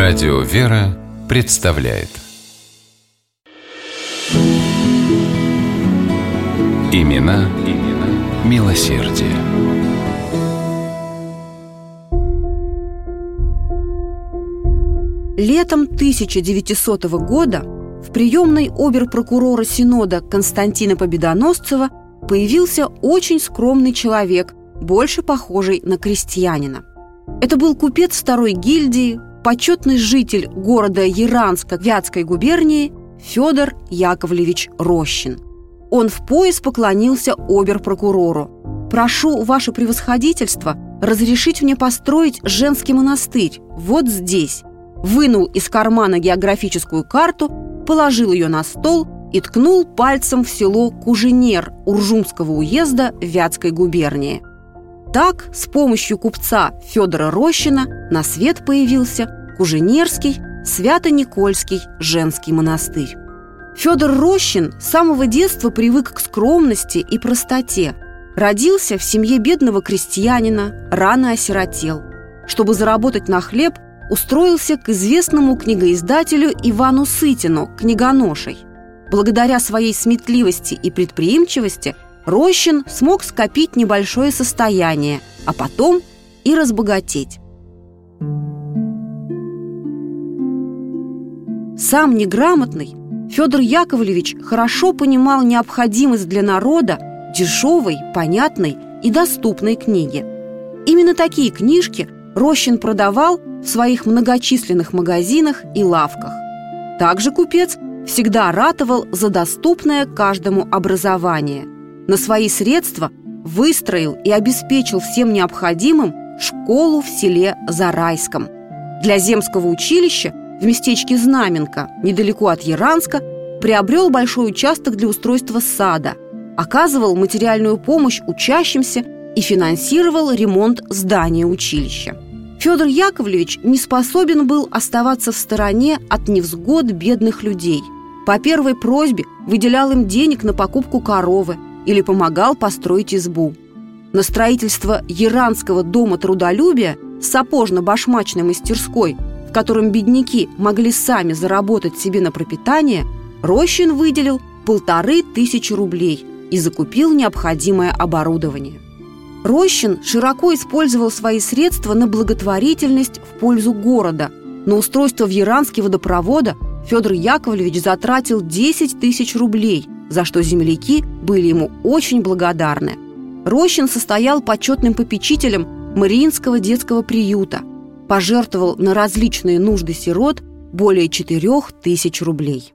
Радио «Вера» представляет Имена милосердия. Летом 1900 года в приемной обер-прокурора Синода Константина Победоносцева появился очень скромный человек, больше похожий на крестьянина. Это был купец второй гильдии, почетный житель города Яранска Вятской губернии Федор Яковлевич Рощин. Он в пояс поклонился обер-прокурору. «Прошу, ваше превосходительство, разрешить мне построить женский монастырь вот здесь». Вынул из кармана географическую карту, положил ее на стол и ткнул пальцем в село Куженер Уржумского уезда Вятской губернии. Так, с помощью купца Федора Рощина на свет появился Куженерский Свято-Никольский женский монастырь. Федор Рощин с самого детства привык к скромности и простоте. Родился в семье бедного крестьянина, рано осиротел. Чтобы заработать на хлеб, устроился к известному книгоиздателю Ивану Сытину книгоношей. Благодаря своей сметливости и предприимчивости Рощин смог скопить небольшое состояние, а потом и разбогатеть. Сам неграмотный, Федор Яковлевич хорошо понимал необходимость для народа дешевой, понятной и доступной книги. Именно такие книжки Рощин продавал в своих многочисленных магазинах и лавках. Также купец всегда ратовал за доступное каждому образование. На свои средства выстроил и обеспечил всем необходимым школу в селе Зарайском. Для земского училища в местечке Знаменка, недалеко от Яранска, приобрел большой участок для устройства сада, оказывал материальную помощь учащимся и финансировал ремонт здания училища. Федор Яковлевич не способен был оставаться в стороне от невзгод бедных людей. По первой просьбе выделял им денег на покупку коровы или помогал построить избу. На строительство Яранского дома трудолюбия с сапожно-башмачной мастерской, в котором бедняки могли сами заработать себе на пропитание, Рощин выделил 1500 рублей и закупил необходимое оборудование. Рощин широко использовал свои средства на благотворительность в пользу города. На устройство в Яранске водопровода Федор Яковлевич затратил 10 000 рублей, за что земляки были ему очень благодарны. Рощин состоял почетным попечителем Мариинского детского приюта, пожертвовал на различные нужды сирот более 4000 рублей.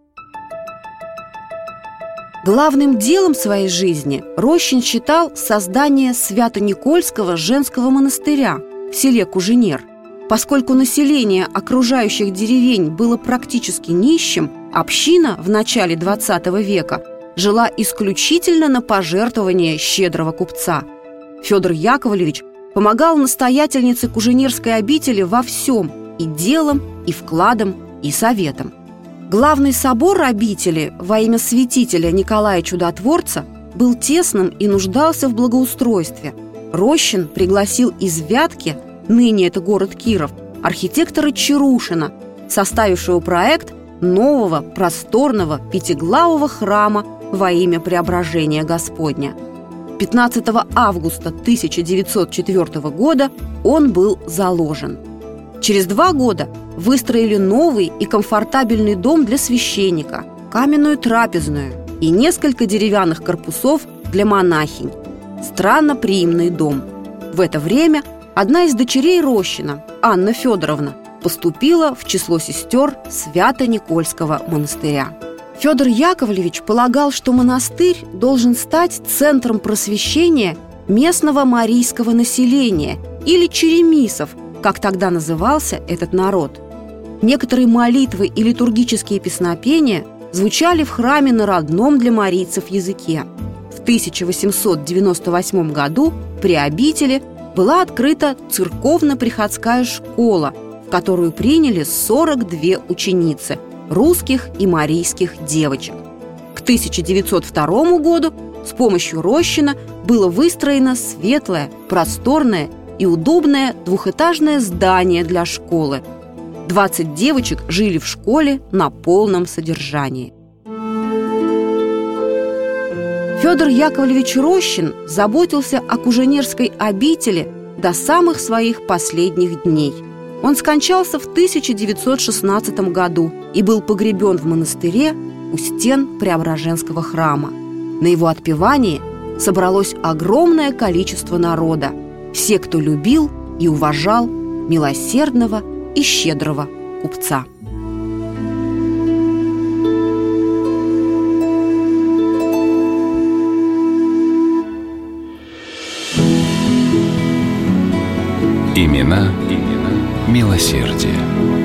Главным делом своей жизни Рощин считал создание Свято-Никольского женского монастыря в селе Куженер. Поскольку население окружающих деревень было практически нищим, община в начале XX века жила исключительно на пожертвования щедрого купца. Федор Яковлевич помогал настоятельнице Куженерской обители во всем – и делом, и вкладом, и советом. Главный собор обители во имя святителя Николая Чудотворца был тесным и нуждался в благоустройстве. Рощин пригласил из Вятки, ныне это город Киров, архитектора Чарушина, составившего проект нового просторного пятиглавого храма во имя Преображения Господня. 15 августа 1904 года он был заложен. Через 2 года выстроили новый и комфортабельный дом для священника, каменную трапезную и несколько деревянных корпусов для монахинь. Странноприимный дом. В это время одна из дочерей Рощина, Анна Федоровна, поступила в число сестер Свято-Никольского монастыря. Федор Яковлевич полагал, что монастырь должен стать центром просвещения местного марийского населения или черемисов, как тогда назывался этот народ. Некоторые молитвы и литургические песнопения звучали в храме на родном для марийцев языке. В 1898 году при обители была открыта церковно-приходская школа, в которую приняли 42 ученицы – русских и марийских девочек. К 1902 году с помощью Рощина было выстроено светлое, просторное и удобное двухэтажное здание для школы. 20 девочек жили в школе на полном содержании. Федор Яковлевич Рощин заботился о Куженерской обители до самых своих последних дней. Он скончался в 1916 году и был погребен в монастыре у стен Преображенского храма. На его отпевании собралось огромное количество народа, все, кто любил и уважал милосердного и щедрого купца. Имена милосердия.